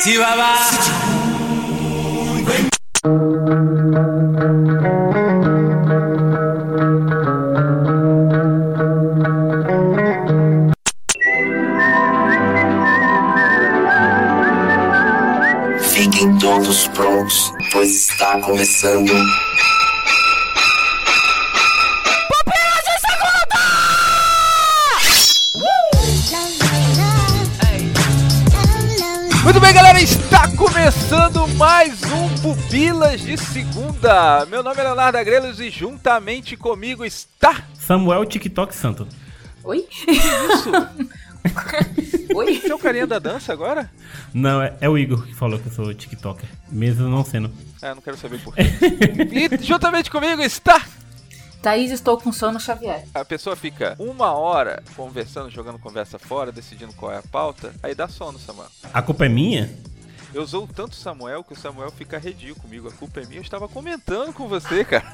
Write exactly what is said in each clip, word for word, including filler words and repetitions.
Fiquem todos prontos, pois está começando. Muito bem, galera, está começando mais um Pupilas de Segunda. Meu nome é Leonardo Agrelos e juntamente comigo está... Samuel TikTok Santo. Oi? Que isso? Oi? Você é o carinha da dança agora? Não, é, é o Igor que falou que eu sou TikToker, mesmo não sendo. É, não quero saber por quê. E juntamente comigo está... Thaís, estou com sono, Xavier. A pessoa fica uma hora conversando, jogando conversa fora, decidindo qual é a pauta, aí dá sono, Samuel. A culpa é minha? Eu usou tanto o Samuel que o Samuel fica arredio comigo. A culpa é minha, eu estava comentando com você, cara.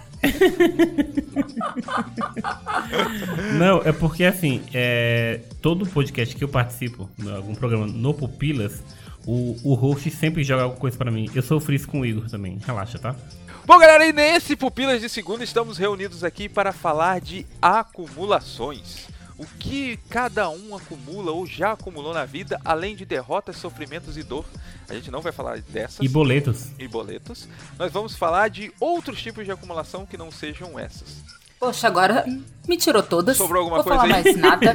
Não, é porque assim, é, todo podcast que eu participo, algum programa no Pupilas, o, o host sempre joga alguma coisa pra mim. Eu sofri isso com o Igor também, relaxa, tá? Bom, galera, e nesse Pupilas de Segunda estamos reunidos aqui para falar de acumulações. O que cada um acumula ou já acumulou na vida, além de derrotas, sofrimentos e dor. A gente não vai falar dessas. E boletos. E boletos. Nós vamos falar de outros tipos de acumulação que não sejam essas. Poxa, agora me tirou todas. Sobrou alguma Vou coisa falar aí? mais nada.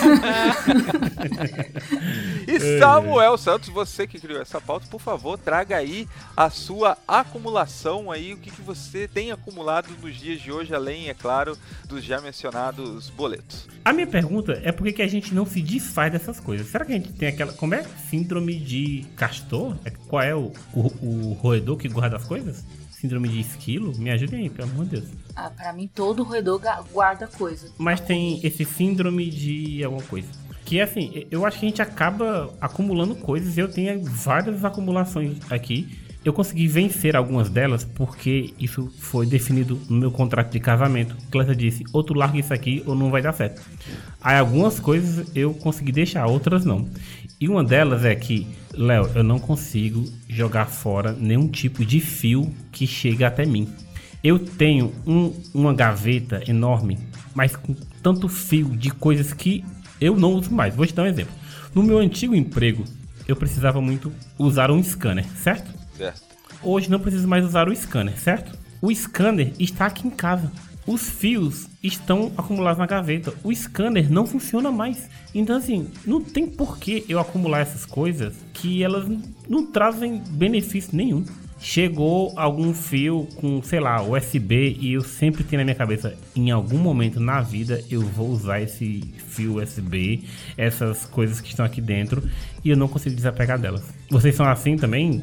E Samuel Santos, você que criou essa pauta, por favor, traga aí a sua acumulação aí, o que, que você tem acumulado nos dias de hoje, além, é claro, dos já mencionados boletos. A minha pergunta é por que que a gente não se desfaz dessas coisas? Será que a gente tem aquela... Como é? Síndrome de Castor? É- Qual é o, o, o roedor que guarda as coisas? Síndrome de esquilo? Me ajudem aí, pelo amor de Deus. Ah, pra mim, todo roedor ga- guarda coisa. Mas tem esse síndrome de alguma coisa. Que assim, eu acho que a gente acaba acumulando coisas. Eu tenho várias acumulações aqui. Eu consegui vencer algumas delas porque isso foi definido no meu contrato de casamento. Clécia disse, ou tu larga isso aqui ou não vai dar certo. Aí algumas coisas eu consegui deixar, outras não. E uma delas é que, Léo, eu não consigo jogar fora nenhum tipo de fio que chega até mim. Eu tenho um, uma gaveta enorme, mas com tanto fio de coisas que eu não uso mais. Vou te dar um exemplo. No meu antigo emprego, eu precisava muito usar um scanner, certo? Certo. Hoje não preciso mais usar o scanner, certo? O scanner está aqui em casa. Os fios estão acumulados na gaveta. O scanner não funciona mais. Então assim, não tem por que eu acumular essas coisas que elas não trazem benefício nenhum. Chegou algum fio com, sei lá, U S B e eu sempre tenho na minha cabeça, em algum momento na vida eu vou usar esse fio U S B, essas coisas que estão aqui dentro, e eu não consigo desapegar delas. Vocês são assim também?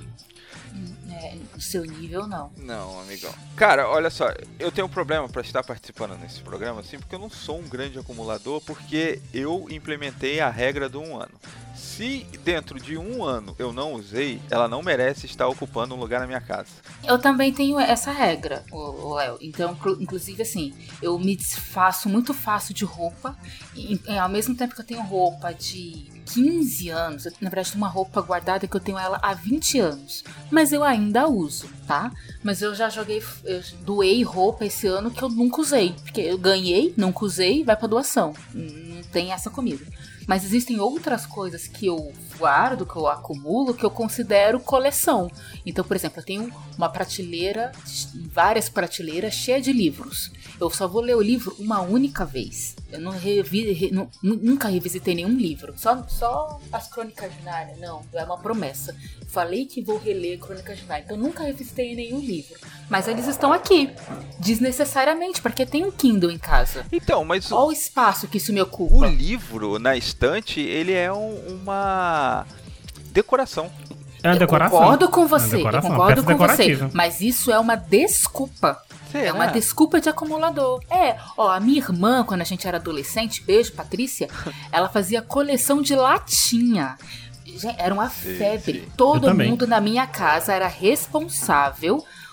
É, no seu nível, não. Não, amigão. Cara, olha só, eu tenho um problema pra estar participando nesse programa, assim, porque eu não sou um grande acumulador, porque eu implementei a regra do um ano. Se dentro de um ano eu não usei, ela não merece estar ocupando um lugar na minha casa. Eu também tenho essa regra, o Léo. Então, inclu- inclusive assim, eu me desfaço muito fácil de roupa. E, e, ao mesmo tempo que eu tenho roupa de quinze anos, eu, na verdade, tenho uma roupa guardada que eu tenho ela há vinte anos. Mas eu ainda uso, tá? Mas eu já joguei, eu doei roupa esse ano que eu nunca usei. Porque eu ganhei, nunca usei, vai pra doação. Não tem essa comigo. Mas existem outras coisas que eu guardo, que eu acumulo, que eu considero coleção. Então, por exemplo, eu tenho uma prateleira, várias prateleiras cheias de livros. Eu só vou ler o livro uma única vez. Eu não revi, re, não, nunca revisitei nenhum livro. Só, só as Crônicas de Nárnia, não, é uma promessa. Falei que vou reler Crônicas de Nárnia, então nunca revisitei nenhum livro. Mas eles estão aqui, desnecessariamente, porque tem um Kindle em casa. Então, mas Olha o espaço que isso me ocupa. o livro na estante, ele é um- uma decoração. É uma Eu decoração. concordo com É uma você, eu decoração, concordo peça com você, decorativa. mas isso é uma desculpa. Será? É uma desculpa de acumulador. É, ó, a minha irmã, quando a gente era adolescente, beijo, Patrícia, ela fazia coleção de latinha. Gente, era uma Sim, febre. sim. Todo Eu também. mundo na minha casa era responsável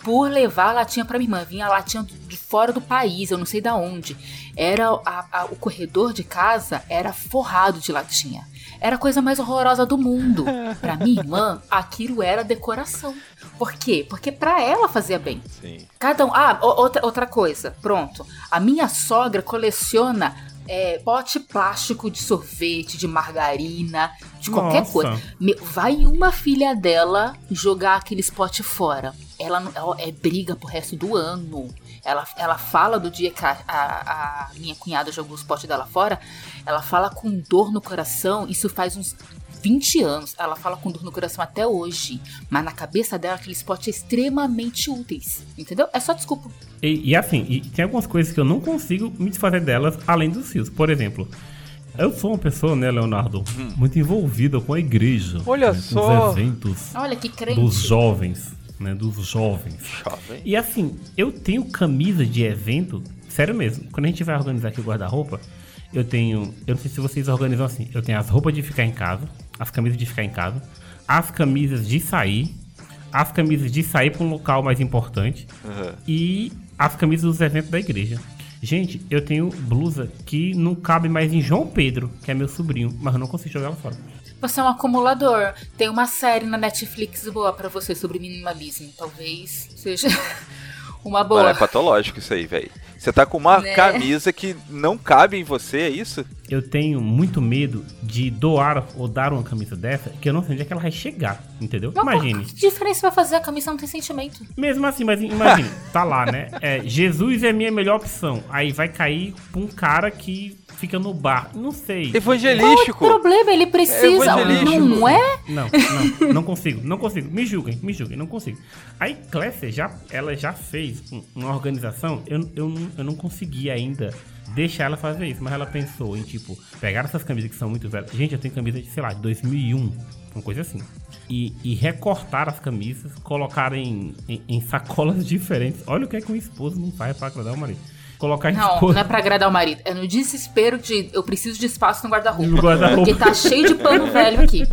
por levar a latinha pra minha irmã. Vinha a latinha de fora do país, eu não sei da onde. Era a, a, o corredor de casa era forrado de latinha. Era a coisa mais horrorosa do mundo. Pra minha irmã, aquilo era decoração. Por quê? Porque pra ela fazia bem. Sim. Cada um... Ah, outra, outra coisa. Pronto. A minha sogra coleciona é, pote plástico de sorvete, de margarina, de qualquer Nossa. coisa. Vai uma filha dela jogar aqueles potes fora. Ela, ela é briga pro resto do ano. Ela, ela fala do dia que a, a, a minha cunhada jogou os potes dela fora. Ela fala com dor no coração. Isso faz uns vinte anos. Ela fala com dor no coração até hoje. Mas na cabeça dela, aqueles potes extremamente úteis. Entendeu? É só desculpa. E, e assim, e tem algumas coisas que eu não consigo me desfazer delas, além dos fios. Por exemplo, eu sou uma pessoa, né, Leonardo, hum. muito envolvida com a igreja. Olha né, só. com os eventos Olha que crente. dos jovens. Né, dos jovens. Jovem. E assim, eu tenho camisa de evento, sério mesmo, quando a gente vai organizar aqui o guarda-roupa, eu tenho, eu não sei se vocês organizam assim, eu tenho as roupas de ficar em casa, as camisas de ficar em casa, as camisas de sair, as camisas de sair para um local mais importante uhum. e as camisas dos eventos da igreja. Gente, eu tenho blusa que não cabe mais em João Pedro, que é meu sobrinho, mas eu não consigo jogar ela fora. Você é um acumulador. Tem uma série na Netflix boa pra você sobre minimalismo. Talvez seja uma boa. Mano, é patológico isso aí, velho. Você tá com uma né? camisa que não cabe em você, é isso? Eu tenho muito medo de doar ou dar uma camisa dessa, que eu não sei onde é que ela vai chegar, entendeu? Mas imagine. Que diferença vai fazer? A camisa não tem sentimento. Mesmo assim, mas imagine, tá lá, né? É, Jesus é minha melhor opção. Aí vai cair pra um cara que fica no bar. Não sei. Evangelístico. Qual é o problema? Ele precisa. É não é? Não, não, não consigo. Não consigo. Me julguem, me julguem, não consigo. A Eclésia, já, ela já fez uma organização, eu, eu, não, eu não consegui ainda deixar ela fazer isso, mas ela pensou em, tipo, pegar essas camisas que são muito velhas. Gente, eu tenho camisa de, sei lá, de dois mil e um, uma coisa assim. E, e recortar as camisas, colocar em, em, em sacolas diferentes. Olha o que é que um esposo não faz pra agradar o marido. Colocar em Não, esposa. não é pra agradar o marido. É no desespero de eu preciso de espaço no guarda-roupa. No guarda-roupa. Porque tá cheio de pano velho aqui.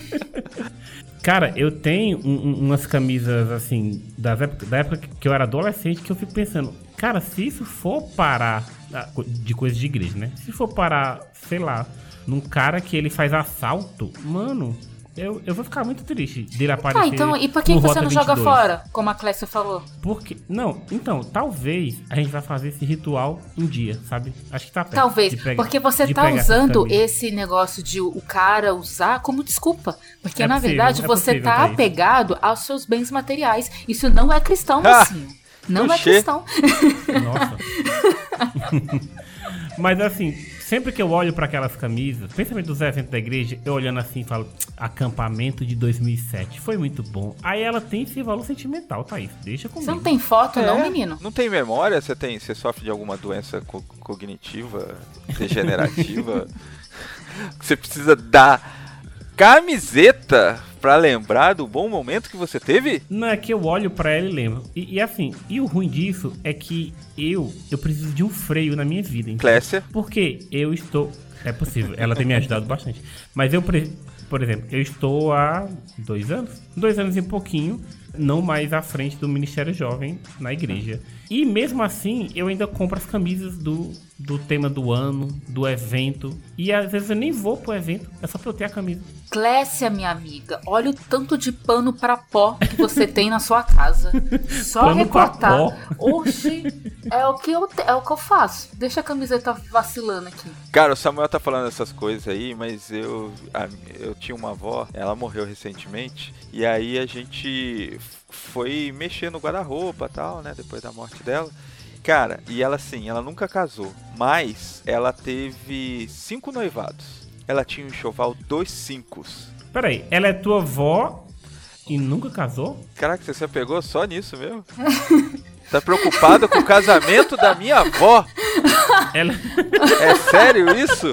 Cara, eu tenho um, um, umas camisas, assim, das época, da época que eu era adolescente, que eu fico pensando, cara, se isso for parar, de coisa de igreja, né? Se for parar, sei lá, num cara que ele faz assalto, mano, eu, eu vou ficar muito triste dele aparecer. Ah, então, e por que no você Rota não vinte e joga dois? fora, como a Clécia falou? Porque, não, então, talvez a gente vai fazer esse ritual um dia, sabe? Acho que tá perto. Talvez, de pegar, porque você de tá pegar usando essa camisa. esse negócio de o cara usar como desculpa. Porque, É na possível, verdade, é você possível, tá Thaís. apegado aos seus bens materiais. Isso não é cristão, Ah, mocinho. Não é touché. cristão. Nossa. Mas assim, sempre que eu olho pra aquelas camisas, principalmente dos eventos da igreja, eu olhando assim, falo, acampamento de dois mil e sete, foi muito bom. Aí ela tem esse valor sentimental, Thaís, deixa comigo. Você não tem foto, É, não, menino? Não tem memória? Você tem, você sofre de alguma doença co- cognitiva, degenerativa? Você precisa da camiseta pra lembrar do bom momento que você teve? Não, é que eu olho pra ela e lembro. E, e assim, e o ruim disso é que eu, eu preciso de um freio na minha vida, entendeu? Clécia. Porque eu estou... É possível, ela tem me ajudado bastante. Mas eu, pre- por exemplo, eu estou há dois anos, dois anos e pouquinho, não mais à frente do Ministério Jovem na igreja. E mesmo assim, eu ainda compro as camisas do, do tema do ano, do evento. E às vezes eu nem vou pro evento, é só pra eu ter a camisa. Clécia, minha amiga, olha o tanto de pano pra pó que você tem na sua casa. Só Pano pra recortar. pó. Oxi, é o que eu te- é o que eu faço. Deixa a camiseta vacilando aqui. Cara, o Samuel tá falando essas coisas aí, mas eu, a- eu tinha uma avó, ela morreu recentemente, e aí a gente foi mexer no guarda-roupa e tal, né, depois da morte dela. Cara, e ela assim, ela nunca casou, mas ela teve cinco noivados. Ela tinha um enxoval dos cinco. Peraí, ela é tua avó e nunca casou? Caraca, você se apegou só nisso mesmo? Tá preocupada com o casamento da minha avó? Ela... É sério isso?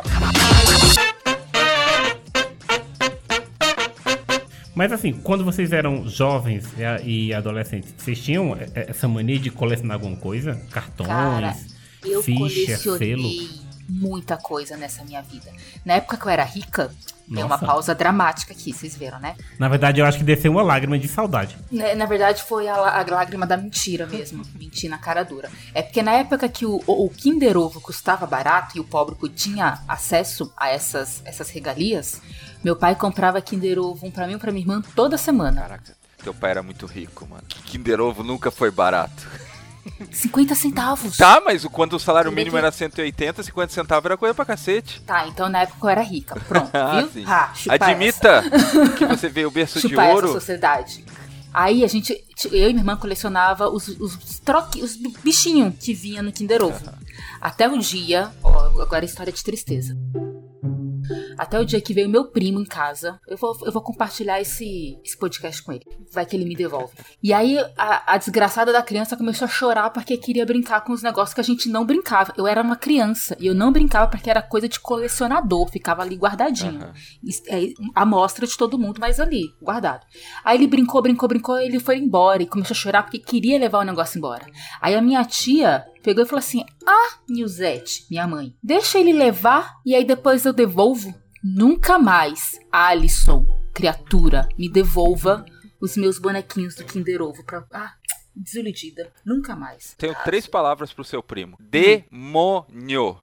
Mas assim, quando vocês eram jovens e a- e adolescentes, vocês tinham e- essa mania de colecionar alguma coisa? Cartões, Cara, eu ficha, selo? colecionei muita coisa nessa minha vida. Na época que eu era rica, tem uma pausa dramática aqui, vocês viram, né? Na verdade, eu acho que desceu uma lágrima de saudade. Na, na verdade, foi a, a lágrima da mentira mesmo. Mentir na cara dura. É porque na época que o, o, o Kinder Ovo custava barato e o pobre tinha acesso a essas, essas regalias, meu pai comprava Kinder Ovo um pra mim e um pra minha irmã toda semana. Caraca, teu pai era muito rico, mano. Kinder Ovo nunca foi barato. cinquenta centavos. Tá, mas quando o salário mínimo era cento e oitenta, cinquenta centavos era coisa pra cacete. Tá, então na época eu era rica. Pronto, ah, viu? Sim. Ah, Admita essa. Que você veio o berço de chupar ouro. Essa sociedade. Aí a gente, eu e minha irmã colecionava os, os, troque, os bichinhos que vinha no Kinder Ovo. Uhum. Até o dia, ó, agora é história de tristeza. Até o dia que veio meu primo em casa. Eu vou, eu vou compartilhar esse, esse podcast com ele. Vai que ele me devolve. E aí a, a desgraçada da criança começou a chorar porque queria brincar com os negócios que a gente não brincava. Eu era uma criança e eu não brincava porque era coisa de colecionador. Ficava ali guardadinho. Uhum. É, a amostra de todo mundo, mas ali, guardado. Aí ele brincou, brincou, brincou. Ele foi embora e começou a chorar porque queria levar o negócio embora. Aí a minha tia pegou e falou assim: ah, Nilzete, minha mãe, deixa ele levar e aí depois eu devolvo. Nunca mais, Alisson, criatura, me devolva os meus bonequinhos do Kinder Ovo pra... Ah, desiludida. Nunca mais. Tenho ah, três palavras pro seu primo. Demônio.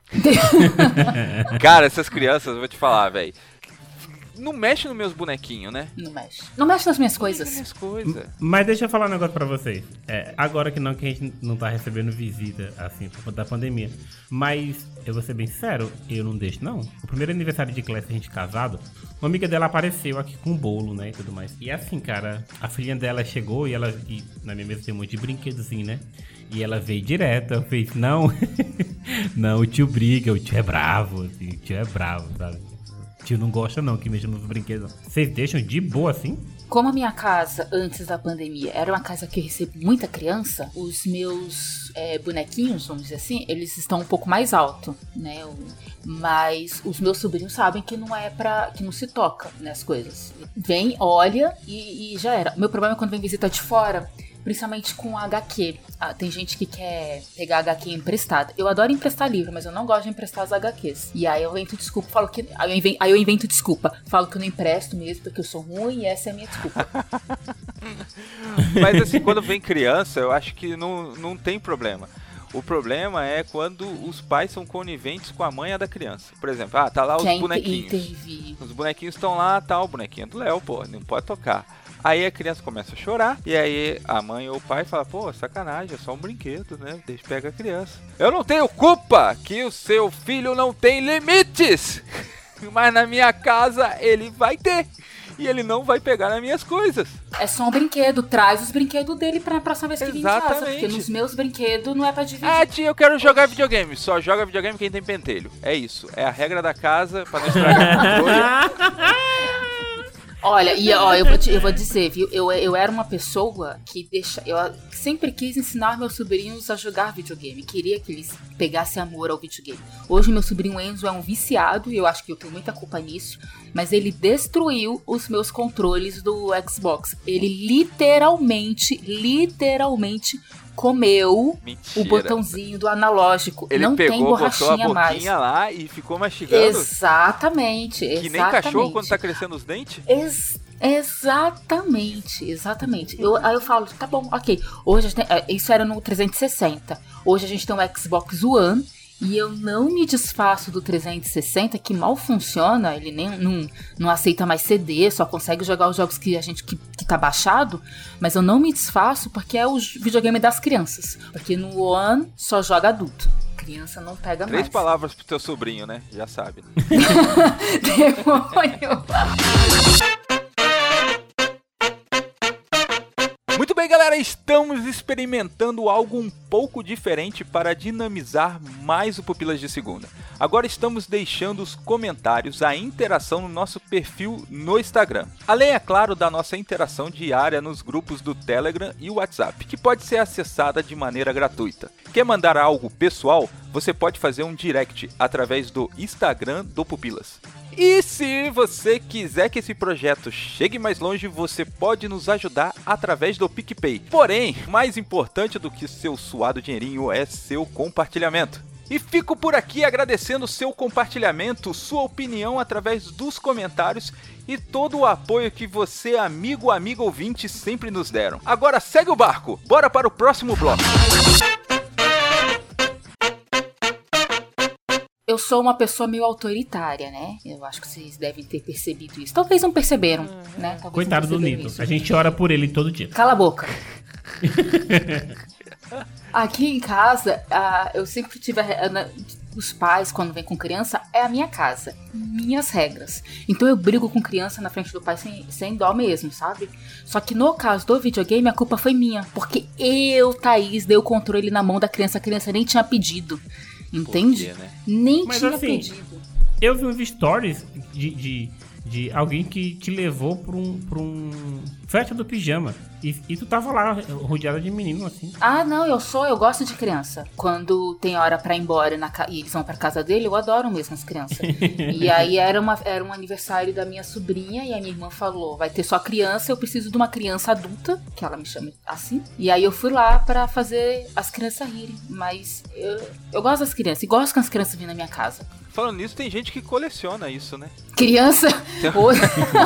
Cara, essas crianças, eu vou te falar, velho. Não mexe nos meus bonequinhos, né? Não mexe. Não mexe nas minhas coisas. Nas minhas coisas. Mas deixa eu falar um negócio pra vocês. É, agora que não, que a gente não tá recebendo visita, assim, por conta da pandemia. Mas, eu vou ser bem sincero, eu não deixo, não. O primeiro aniversário de Clécia, a gente casado, uma amiga dela apareceu aqui com um bolo, né, e tudo mais. E assim, cara, a filhinha dela chegou e ela... E na minha mesa tem um monte de brinquedozinho, né? E ela veio direto, eu fiz, não... não, o tio briga, o tio é bravo, assim, o tio é bravo, sabe? Tio não gosta não, que mexa nos brinquedos. Vocês deixam de boa assim? Como a minha casa, antes da pandemia, era uma casa que eu recebo muita criança, os meus é, bonequinhos, vamos dizer assim, eles estão um pouco mais alto, né? Mas os meus sobrinhos sabem que não é pra... que não se toca nas coisas. Vem, olha e, e já era. O meu problema é quando vem visita de fora, principalmente com H Q. Ah, tem gente que quer pegar H Q emprestada. Eu adoro emprestar livro, mas eu não gosto de emprestar as H Qs. E aí eu invento desculpa, falo que... Aí eu invento, aí eu invento desculpa. Falo que eu não empresto mesmo, porque eu sou ruim e essa é a minha desculpa. Mas assim, quando vem criança, eu acho que não, não tem problema. O problema é quando os pais são coniventes com a mãe da criança. Por exemplo, ah, tá lá os Quem bonequinhos. Intervi. Os bonequinhos estão lá, tá, o bonequinho do Léo, pô, não pode tocar. Aí a criança começa a chorar, e aí a mãe ou o pai fala, pô, sacanagem, é só um brinquedo, né? Deixa, pega a criança. Eu não tenho culpa que o seu filho não tem limites, mas na minha casa ele vai ter. E ele não vai pegar nas minhas coisas. É só um brinquedo, traz os brinquedos dele pra próxima vez que vir em casa. Porque nos meus brinquedos não é pra dividir. Ah, tia, eu quero jogar videogame. Só joga videogame quem tem pentelho. É isso, é a regra da casa pra não estragar o controle. Olha, e ó, eu vou, te, eu vou dizer, viu? Eu, eu era uma pessoa que deixa, eu sempre quis ensinar meus sobrinhos a jogar videogame. Queria que eles pegassem amor ao videogame. Hoje meu sobrinho Enzo é um viciado e eu acho que eu tenho muita culpa nisso. Mas ele destruiu os meus controles do Xbox. Ele literalmente, literalmente comeu Mentira. O botãozinho do analógico. Ele não pegou, tem borrachinha botou a boquinha mais. lá e ficou mastigando? Exatamente, Que exatamente. nem cachorro quando tá crescendo os dentes? Ex- exatamente, exatamente. Eu, aí eu falo, tá bom, ok. Hoje a gente tem, isso era no trezentos e sessenta. Hoje a gente tem um Xbox One. E eu não me desfaço do trezentos e sessenta, que mal funciona, ele nem não, não aceita mais C D, só consegue jogar os jogos que a gente que, que tá baixado, mas eu não me desfaço porque é o videogame das crianças. Porque no One só joga adulto. Criança não pega Três mais. Três palavras pro teu sobrinho, né? Já sabe. Né? Demônio! Muito bem, galera, estamos experimentando algo um pouco diferente para dinamizar mais o Pupilas de Segunda. Agora estamos deixando os comentários, a interação no nosso perfil no Instagram. Além, é claro, da nossa interação diária nos grupos do Telegram e WhatsApp, que pode ser acessada de maneira gratuita. Quer mandar algo pessoal? Você pode fazer um direct através do Instagram do Pupilas. E se você quiser que esse projeto chegue mais longe, você pode nos ajudar através do PicPay. Porém, mais importante do que seu suado dinheirinho é seu compartilhamento. E fico por aqui agradecendo seu compartilhamento, sua opinião através dos comentários e todo o apoio que você, amigo, amigo ouvinte, sempre nos deram. Agora segue o barco, bora para o próximo bloco. Eu sou uma pessoa meio autoritária, né? Eu acho que vocês devem ter percebido isso. Talvez não perceberam, né? Talvez Coitado do Nito. A gente ora por ele todo dia. Cala a boca. Aqui em casa, uh, eu sempre tive... A, uh, os pais, quando vêm com criança, é a minha casa. Minhas regras. Então eu brigo com criança na frente do pai sem, sem dó mesmo, sabe? Só que no caso do videogame, a culpa foi minha. Porque eu, Thaís, dei o controle na mão da criança. A criança nem tinha pedido. Entende? Quê, né? Nem Mas, tinha assim, pedido. Eu vi uns stories de, de, de alguém que te levou pra um, pra um festa do pijama. E, e tu tava lá, rodeada de menino, assim. Ah, não, eu sou, eu gosto de criança. Quando tem hora pra ir embora na, e eles vão pra casa dele, eu adoro mesmo as crianças. E aí era, uma, era um aniversário da minha sobrinha e a minha irmã falou, vai ter só criança, eu preciso de uma criança adulta, que ela me chama assim. E aí eu fui lá pra fazer as crianças rirem. Mas eu, eu gosto das crianças e gosto que as crianças vêm na minha casa. Falando nisso, tem gente que coleciona isso, né? Criança? Oi.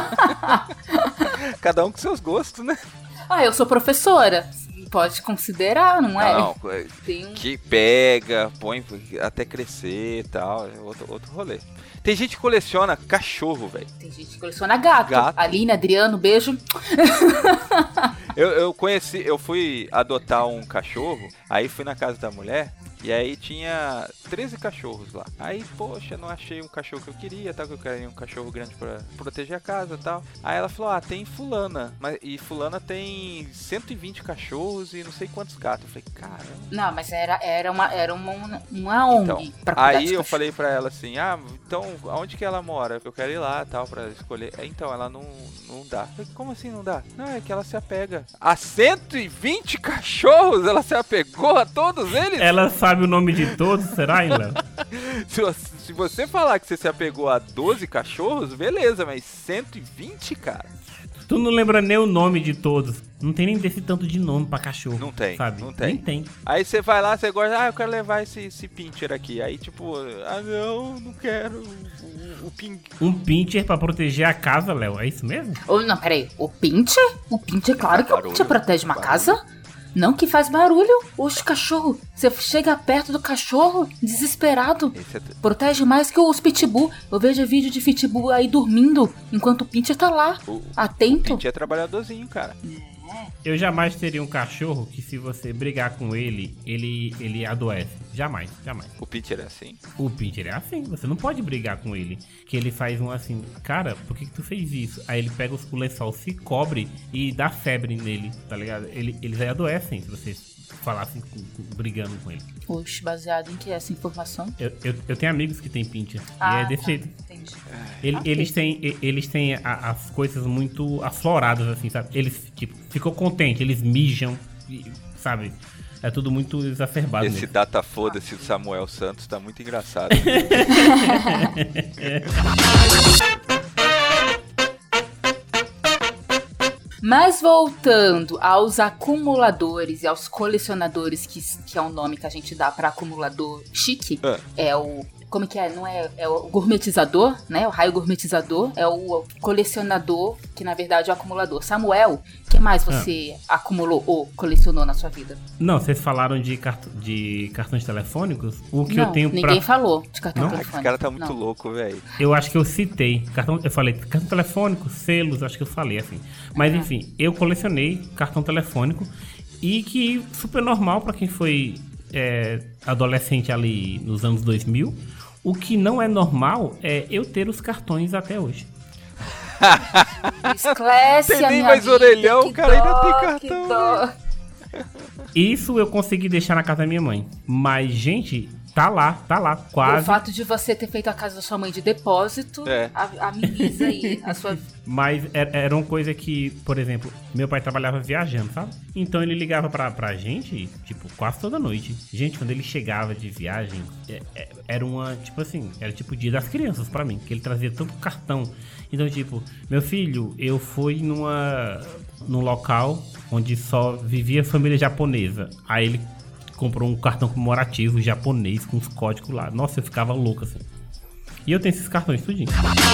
Cada um com seus gostos, né? Ah, eu sou professora. Pode considerar, não é? Não, Tem um... que pega, põe até crescer e tal, é outro, outro rolê. Tem gente que coleciona cachorro, velho. Tem gente que coleciona gato. gato. Aline, Adriano, beijo. Eu, eu conheci, eu fui adotar um cachorro, aí fui na casa da mulher, e aí tinha treze cachorros lá. Aí, poxa, não achei um cachorro que eu queria, tal, que eu queria um cachorro grande pra proteger a casa e tal. Aí ela falou, ah, tem fulana, mas, e fulana tem cento e vinte cachorros e não sei quantos gatos. Eu falei, caramba. Não, mas era, era, uma, era uma, uma O N G então, pra cuidar aí de eu cachorro. falei pra ela assim, ah, então, aonde que ela mora? Eu quero ir lá, tal, pra escolher. Então, ela não, não dá. Eu falei, como assim não dá? Não, é que ela se apega. A cento e vinte cachorros, ela se apegou a todos eles? Ela sabe o nome de todos, será, hein, Léo? se, se você falar que você se apegou a doze cachorros, beleza, mas cento e vinte, cara? Tu não lembra nem o nome de todos. Não tem nem desse tanto de nome pra cachorro. Não tem, sabe? não tem. Nem tem. Aí você vai lá, você gosta, ah, eu quero levar esse, esse pincher aqui. Aí tipo, ah não, não quero o, o pin... Um pincher pra proteger a casa, Léo, é isso mesmo? Oh, não, peraí, o pincher? O pincher, claro que Barulho, o pincher protege uma barulho. casa. Não que faz barulho. Oxe, cachorro. Você chega perto do cachorro, desesperado. Esse é... Protege mais que os pitbull. Eu vejo vídeo de pitbull aí dormindo, enquanto o pincher tá lá, O, atento. o pincher é trabalhadorzinho, cara. Eu jamais teria um cachorro que, se você brigar com ele, ele, ele adoece. Jamais, jamais. O pincher é assim. O pincher é assim, você não pode brigar com ele. Que ele faz um assim, cara, por que, que tu fez isso? Aí ele pega o lençol, se cobre e dá febre nele, tá ligado? Ele, eles aí adoecem se você falar assim, brigando com ele. Oxe, baseado em que é essa informação? Eu, eu, eu tenho amigos que têm pincher Ah, e é desse tá, jeito. entendi. Ele, Ok. Eles têm, e- eles têm a- as coisas muito afloradas, assim, sabe? Eles, tipo, ficou contente, eles mijam, e, sabe? É tudo muito exacerbado. Esse mesmo. data foda-se do Samuel Santos tá muito engraçado. Mas voltando aos acumuladores e aos colecionadores, que, que é o nome que a gente dá pra acumulador chique, Ah. é o... Como que é? Não é, é o gourmetizador, né? O raio gourmetizador. É o colecionador, que na verdade é o acumulador. Samuel, o que mais você Ah. acumulou ou colecionou na sua vida? Não, vocês falaram de, cart... de cartões telefônicos? O que Não, eu tenho ninguém pra... falou de cartão Não? Ah, telefônico. esse cara tá muito Não. louco, velho. Eu acho que eu citei. Cartão, eu falei cartão telefônico, selos, acho que eu falei assim. Mas Uhum. enfim, eu colecionei cartão telefônico e que super normal pra quem foi é, adolescente ali nos anos dois mil. O que não é normal é eu ter os cartões até hoje. Esclarece Tem a nem minha mais vida, orelhão, que o cara ainda dó, tem que cartão, dó. Isso eu consegui deixar na casa da minha mãe. Mas, gente, tá lá, tá lá, O quase. fato de você ter feito a casa da sua mãe de depósito É. a- ameniza aí a sua vida. Mas era, era uma coisa que, por exemplo, meu pai trabalhava viajando, sabe? Então ele ligava pra, pra gente, tipo, quase toda noite. Gente, quando ele chegava de viagem, é- é- era uma, tipo assim, era tipo o dia das crianças pra mim, que ele trazia tanto cartão. Então, tipo, meu filho, eu fui numa, num local onde só vivia família japonesa. Aí ele comprou um cartão comemorativo japonês com os códigos lá. Nossa, eu ficava louco assim. E eu tenho esses cartões tudinho.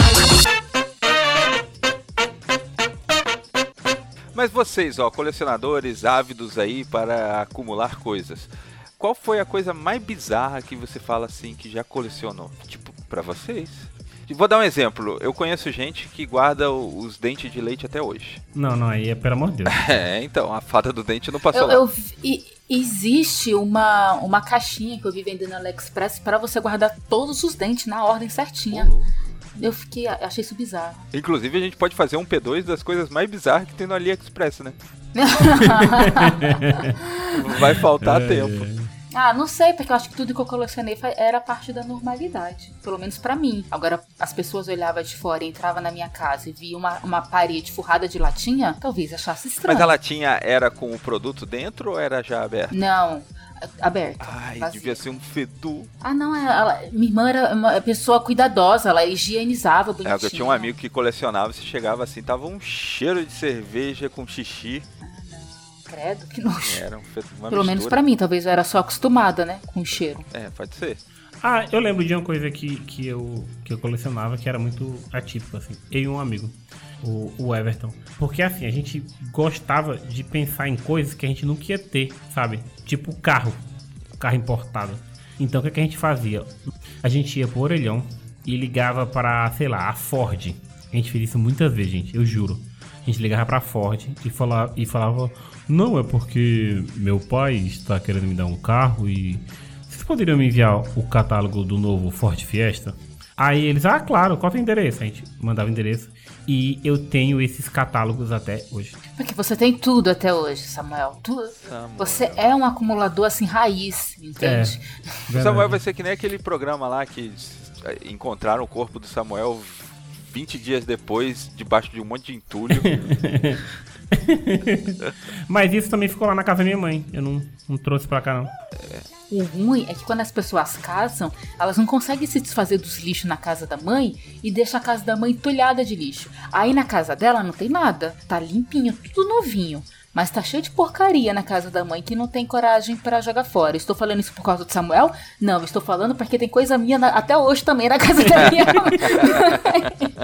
Mas vocês, ó, colecionadores ávidos aí para acumular coisas, qual foi a coisa mais bizarra que você fala assim que já colecionou? Tipo, pra vocês? Vou dar um exemplo. Eu conheço gente que guarda os dentes de leite até hoje. Não, não, aí é pelo amor de Deus. É, então, a fada do dente não passou Eu, lá. eu, e, existe uma, uma caixinha que eu vi vendendo no AliExpress pra você guardar todos os dentes na ordem certinha. Pô, Eu fiquei, achei isso bizarro. inclusive, a gente pode fazer um P dois das coisas mais bizarras que tem no AliExpress, né? Vai faltar É, tempo. Ah, não sei, porque eu acho que tudo que eu colecionei foi- era parte da normalidade. Pelo menos pra mim. Agora, as pessoas olhavam de fora e entravam na minha casa e via uma, uma parede forrada de latinha, talvez achasse estranho. Mas a latinha era com o produto dentro ou era já aberta? Não, aberto. Ai, vazio. devia ser um fedor. Ah, não, ela, minha irmã era uma pessoa cuidadosa, ela higienizava É, bonitinho. eu tinha um amigo que colecionava, você chegava assim, tava um cheiro de cerveja com xixi. Credo, que nojo. Era um fedor, uma Pelo menos mistura. pra mim, talvez eu era só acostumada, né, com o cheiro. É, pode ser. Ah, eu lembro de uma coisa que, que, eu, que eu colecionava que era muito atípico, assim. Eu e um amigo, o, o Everton. Porque assim, a gente gostava de pensar em coisas que a gente não queria ter, sabe? Tipo carro, carro importado. Então o que, que a gente fazia? A gente ia pro orelhão e ligava para, sei lá, a Ford. A gente fez isso muitas vezes, gente, eu juro. A gente ligava pra Ford e falava, e falava: não, é porque meu pai está querendo me dar um carro e vocês poderiam me enviar o catálogo do novo Ford Fiesta? Aí eles, ah, claro, qual é o endereço? A gente mandava o endereço e eu tenho esses catálogos até hoje. Porque você tem tudo até hoje, Samuel. Tudo. Samuel. Você é um acumulador assim, raiz, entende? O Samuel vai ser que nem aquele programa lá que encontraram o corpo do Samuel vinte dias depois, debaixo de um monte de entulho. Mas isso também ficou lá na casa da minha mãe. Eu não, não trouxe pra cá, não. O ruim é que quando as pessoas casam, elas não conseguem se desfazer dos lixos na casa da mãe e deixa a casa da mãe entulhada de lixo. Aí na casa dela não tem nada, tá limpinho, tudo novinho. Mas tá cheio de porcaria na casa da mãe que não tem coragem pra jogar fora. Estou falando isso por causa do Samuel? Não, estou falando porque tem coisa minha na- até hoje também na casa da minha mãe.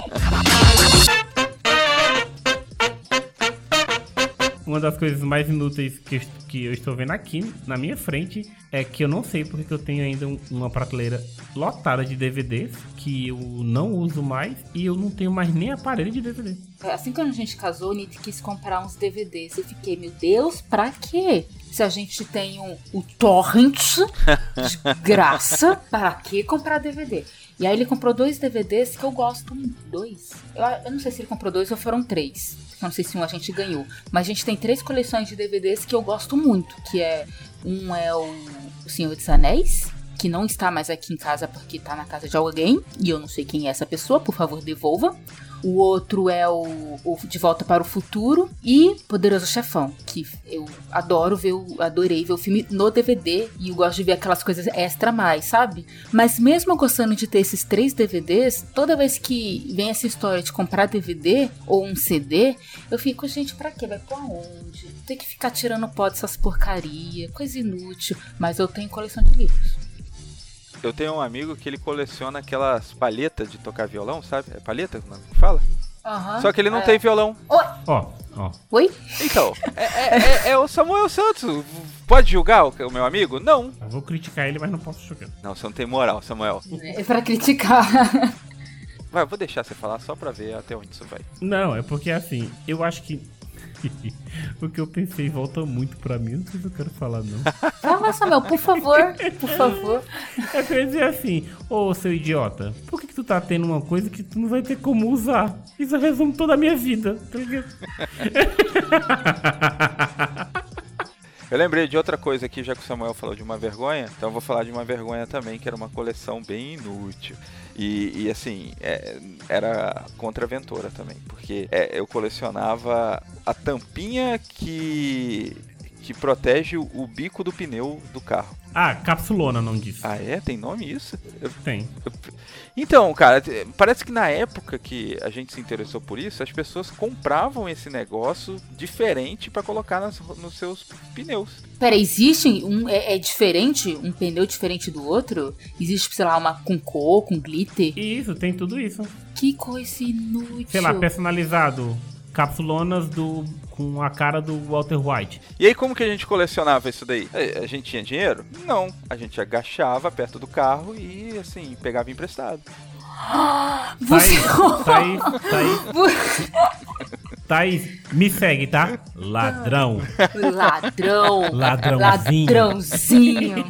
Uma das coisas mais inúteis que eu, que eu estou vendo aqui na minha frente é que eu não sei porque que eu tenho ainda um- uma prateleira lotada de D V Ds que eu não uso mais e eu não tenho mais nem aparelho de D V D. Assim que a gente casou, o Nito quis comprar uns D V Ds. Eu fiquei, meu Deus, pra quê? Se a gente tem um, o torrent de graça, para que comprar D V D? E aí ele comprou dois D V Ds que eu gosto muito. Dois? Eu, eu não sei se ele comprou dois ou foram três. Eu não sei se um a gente ganhou. Mas a gente tem três coleções de D V Ds que eu gosto muito. Que é... Um é o, o Senhor dos Anéis, que não está mais aqui em casa porque está na casa de alguém. E eu não sei quem é essa pessoa, por favor, devolva. O outro é o, o De Volta para o Futuro e Poderoso Chefão, que eu adoro ver, o- adorei ver o filme no D V D e eu gosto de ver aquelas coisas extra mais, sabe? Mas mesmo eu gostando de ter esses três D V Ds, toda vez que vem essa história de comprar D V D ou um C D, eu fico, gente, pra quê? Vai pra onde? Tem que ficar tirando pó dessas porcaria, coisa inútil, mas eu tenho coleção de livros. Eu tenho um amigo que ele coleciona aquelas palhetas de tocar violão, sabe? É palheta o nome que fala? Aham. Só que ele não É. tem violão. Oi? Ó, ó. Oi? Então, é, é- é- é o Samuel Santos. Pode julgar o, o meu amigo? Não. Eu vou criticar ele, mas não posso chocar. Não, você não tem moral, Samuel. É pra criticar. Vai, eu vou deixar você falar só pra ver até onde isso vai. Não, é porque assim, eu acho que o que eu pensei volta muito pra mim. Não sei se eu quero falar, não. Fala, Samuel, por favor. Por favor. É pra eu dizer assim, ô seu idiota, por que, que tu tá tendo uma coisa que tu não vai ter como usar? Isso resume toda a minha vida, tá ligado? Eu lembrei de outra coisa aqui, já que o Samuel falou de uma vergonha, então eu vou falar de uma vergonha também, que era uma coleção bem inútil. E, e assim, é, era contra a Ventura também, porque é, eu colecionava a tampinha que, que protege o, o bico do pneu do carro. Ah, capsulona, não disse. Ah, é? Tem nome isso? Eu, Tem. Eu, então, cara, parece que na época que a gente se interessou por isso, as pessoas compravam esse negócio diferente pra colocar nas, nos seus pneus. Pera, existe um... É, é diferente? Um pneu diferente do outro? Existe, sei lá, uma com cor, com glitter? Isso, tem tudo isso. Que coisa inútil. Sei lá, personalizado. Capsulonas do, com a cara do Walter White. E aí como que a gente colecionava isso daí? A gente tinha dinheiro? Não. A gente agachava perto do carro e, assim, pegava emprestado. Você... Thaís, Thaís, Thaís, Thaís, me segue, tá? Ladrão. Ladrão. Ladrãozinho. Ladrãozinho.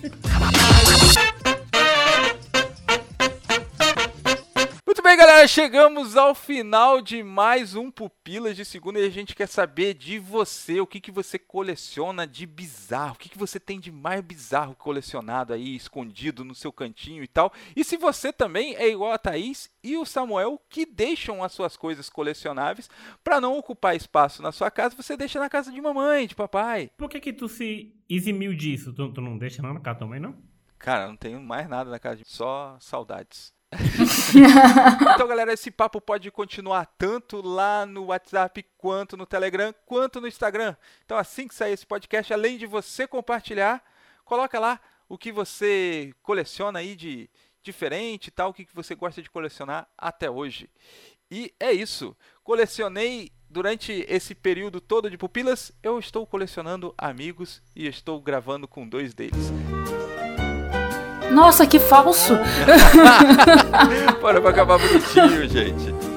Muito bem, galera, chegamos ao final de mais um Pupilas de Segunda e a gente quer saber de você, o que, que você coleciona de bizarro, o que, que você tem de mais bizarro colecionado aí, escondido no seu cantinho e tal. E se você também é igual a Thaís e o Samuel, que deixam as suas coisas colecionáveis para não ocupar espaço na sua casa, você deixa na casa de mamãe, de papai. Por que que tu se eximiu disso? Tu, tu não deixa não na casa também, não? Cara, não tenho mais nada na casa de... Só saudades. Então, galera, esse papo pode continuar tanto lá no WhatsApp, quanto no Telegram, quanto no Instagram. Então, assim que sair esse podcast, além de você compartilhar, coloca lá o que você coleciona aí de diferente e tal, o que você gosta de colecionar até hoje. E é isso. Colecionei durante esse período todo de Pupilas, eu estou colecionando amigos e estou gravando com dois deles. Nossa, que falso! Bora pra acabar bonitinho, gente.